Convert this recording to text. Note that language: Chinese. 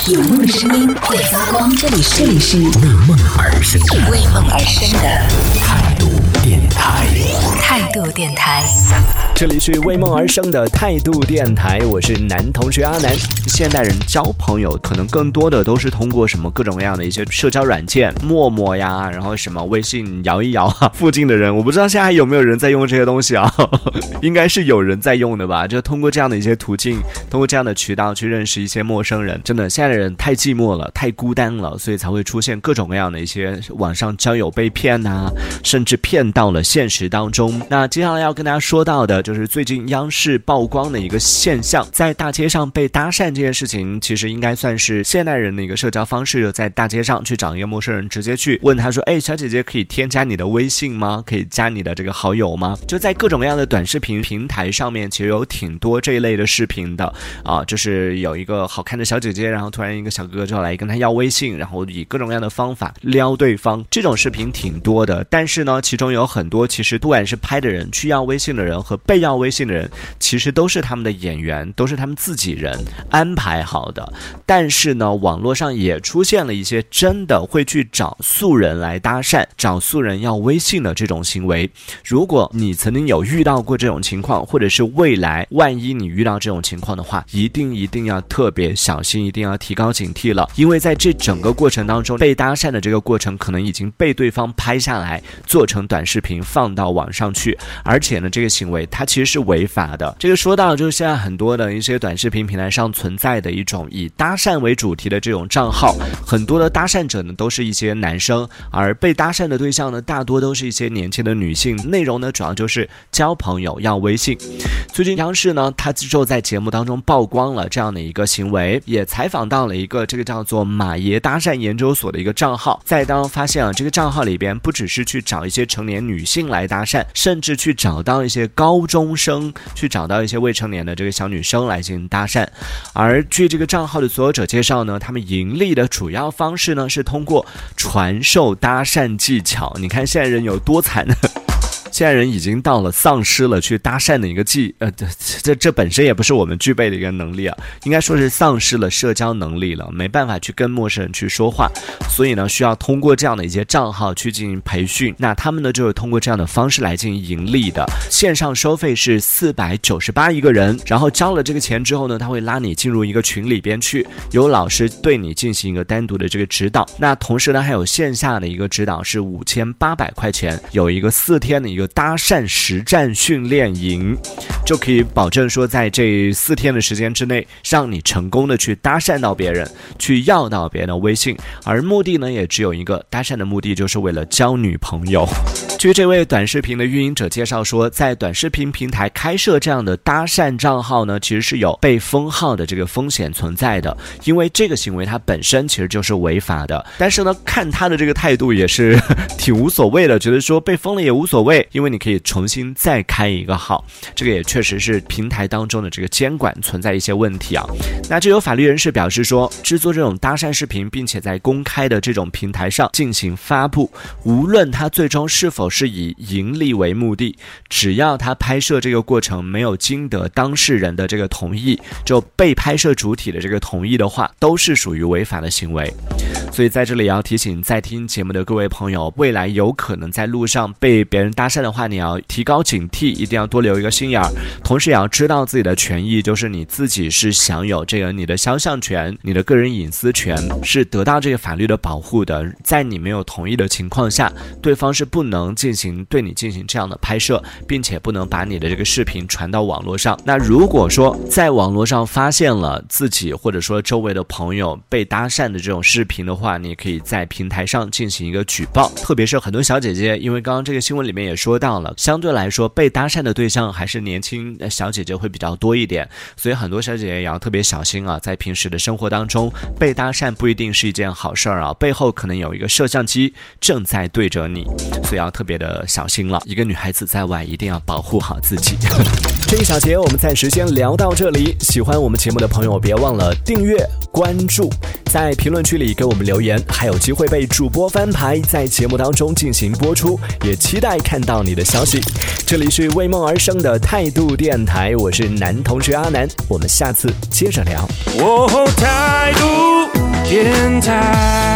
有梦的声音会发光，这里是为梦而生的， 为梦而生的态度电台。 态度电台， 这里是为梦而生的态度电台，我是男同学阿南。现代人交朋友可能更多的都是通过什么各种各样的一些社交软件，陌陌呀，然后什么微信摇一摇啊，附近的人我不知道现在还有没有人在用这些东西啊，应该是有人在用的吧，就通过这样的一些途径，通过这样的渠道去认识一些陌生人。真的现在的人太寂寞了，太孤单了，所以才会出现各种各样的一些网上交友被骗啊，甚至骗到了现实当中。那接下来要跟大家说到的就是最近央视曝光的一个现象，在大街上被搭讪这件事情，其实应该算是现代人的一个社交方式，在大街上去找一个陌生人，直接去问他说，小姐姐可以添加你的微信吗？可以加你的这个好友吗？就在各种各样的短视频平台上面，其实有挺多这一类的视频的啊，就是有一个好看的小姐姐，然后突然一个小哥哥就来跟他要微信，然后以各种各样的方法撩对方，这种视频挺多的。但是呢，其中有很多其实不管是拍的人，去要微信的人和被要微信的人，其实都是他们的演员，都是他们自己人安排好的。但是呢，网络上也出现了一些真的会去找素人来搭讪，找素人要微信的这种行为。如果你曾经有遇到过这种情况，或者是未来万一你遇到这种情况的话，一定要特别小心，一定要提高警惕了。因为在这整个过程当中，被搭讪的这个过程可能已经被对方拍下来，做成短视频放到网上去，而且呢，这个行为它其实是违法的。这个说到就是现在很多的一些短视频平台上存在的一种以搭讪为主题的这种账号，很多的搭讪者呢都是一些男生，而被搭讪的对象呢大多都是一些年轻的女性，内容呢主要就是交朋友要微信。最近央视呢，他就在节目当中曝光了这样的一个行为，也采访到了一个这个叫做马爷搭讪研究所的一个账号，在当中发现啊，这个账号里边不只是去找一些成年女性来搭讪，甚至去找到一些高中生，去找到一些未成年的这个小女生来进行搭讪。而据这个账号的所有者介绍呢，他们盈利的主要方式呢是通过传授搭讪技巧。你看现在人有多惨呢？现在人已经到了丧失了去搭讪的一个这本身也不是我们具备的一个能力啊，应该说是丧失了社交能力了，没办法去跟陌生人去说话，所以呢，需要通过这样的一些账号去进行培训。那他们呢，就是通过这样的方式来进行盈利的。线上收费是498一个人，然后交了这个钱之后呢，他会拉你进入一个群里边去，有老师对你进行一个单独的这个指导。那同时呢，还有线下的一个指导是5800块钱，有一个4天的一个搭讪实战训练营，就可以保证说在这4天的时间之内，让你成功的去搭讪到别人，去要到别人的微信。而目的呢也只有一个，搭讪的目的就是为了交女朋友。据这位短视频的运营者介绍说，在短视频平台开设这样的搭讪账号呢，其实是有被封号的这个风险存在的，因为这个行为它本身其实就是违法的。但是呢，看他的这个态度也是挺无所谓的，觉得说被封了也无所谓，因为你可以重新再开一个号。这个也确实是平台当中的这个监管存在一些问题啊。那这有法律人士表示说，制作这种搭讪视频并且在公开的这种平台上进行发布，无论他最终是否是以盈利为目的，只要他拍摄这个过程没有经得当事人的这个同意，就被拍摄主体的这个同意的话，都是属于违法的行为。所以在这里也要提醒在听节目的各位朋友，未来有可能在路上被别人搭讪的话，你要提高警惕，一定要多留一个心眼儿，同时也要知道自己的权益，就是你自己是享有这个你的肖像权，你的个人隐私权是得到这个法律的保护的。在你没有同意的情况下，对方是不能对你进行这样的拍摄，并且不能把你的这个视频传到网络上。那如果说在网络上发现了自己或者说周围的朋友被搭讪的这种视频的话，你可以在平台上进行一个举报。特别是很多小姐姐，因为刚刚这个新闻里面也说到了，相对来说被搭讪的对象还是年轻小姐姐会比较多一点，所以很多小姐姐也要特别小心啊，在平时的生活当中被搭讪不一定是一件好事啊，背后可能有一个摄像机正在对着你，所以要特别的小心了。一个女孩子在外一定要保护好自己。这一小节我们暂时先聊到这里，喜欢我们节目的朋友别忘了订阅关注，在评论区里给我们留言，还有机会被主播翻牌，在节目当中进行播出，也期待看到你的消息。这里是为梦而生的态度电台，我是男同学阿南，我们下次接着聊。 态度电台。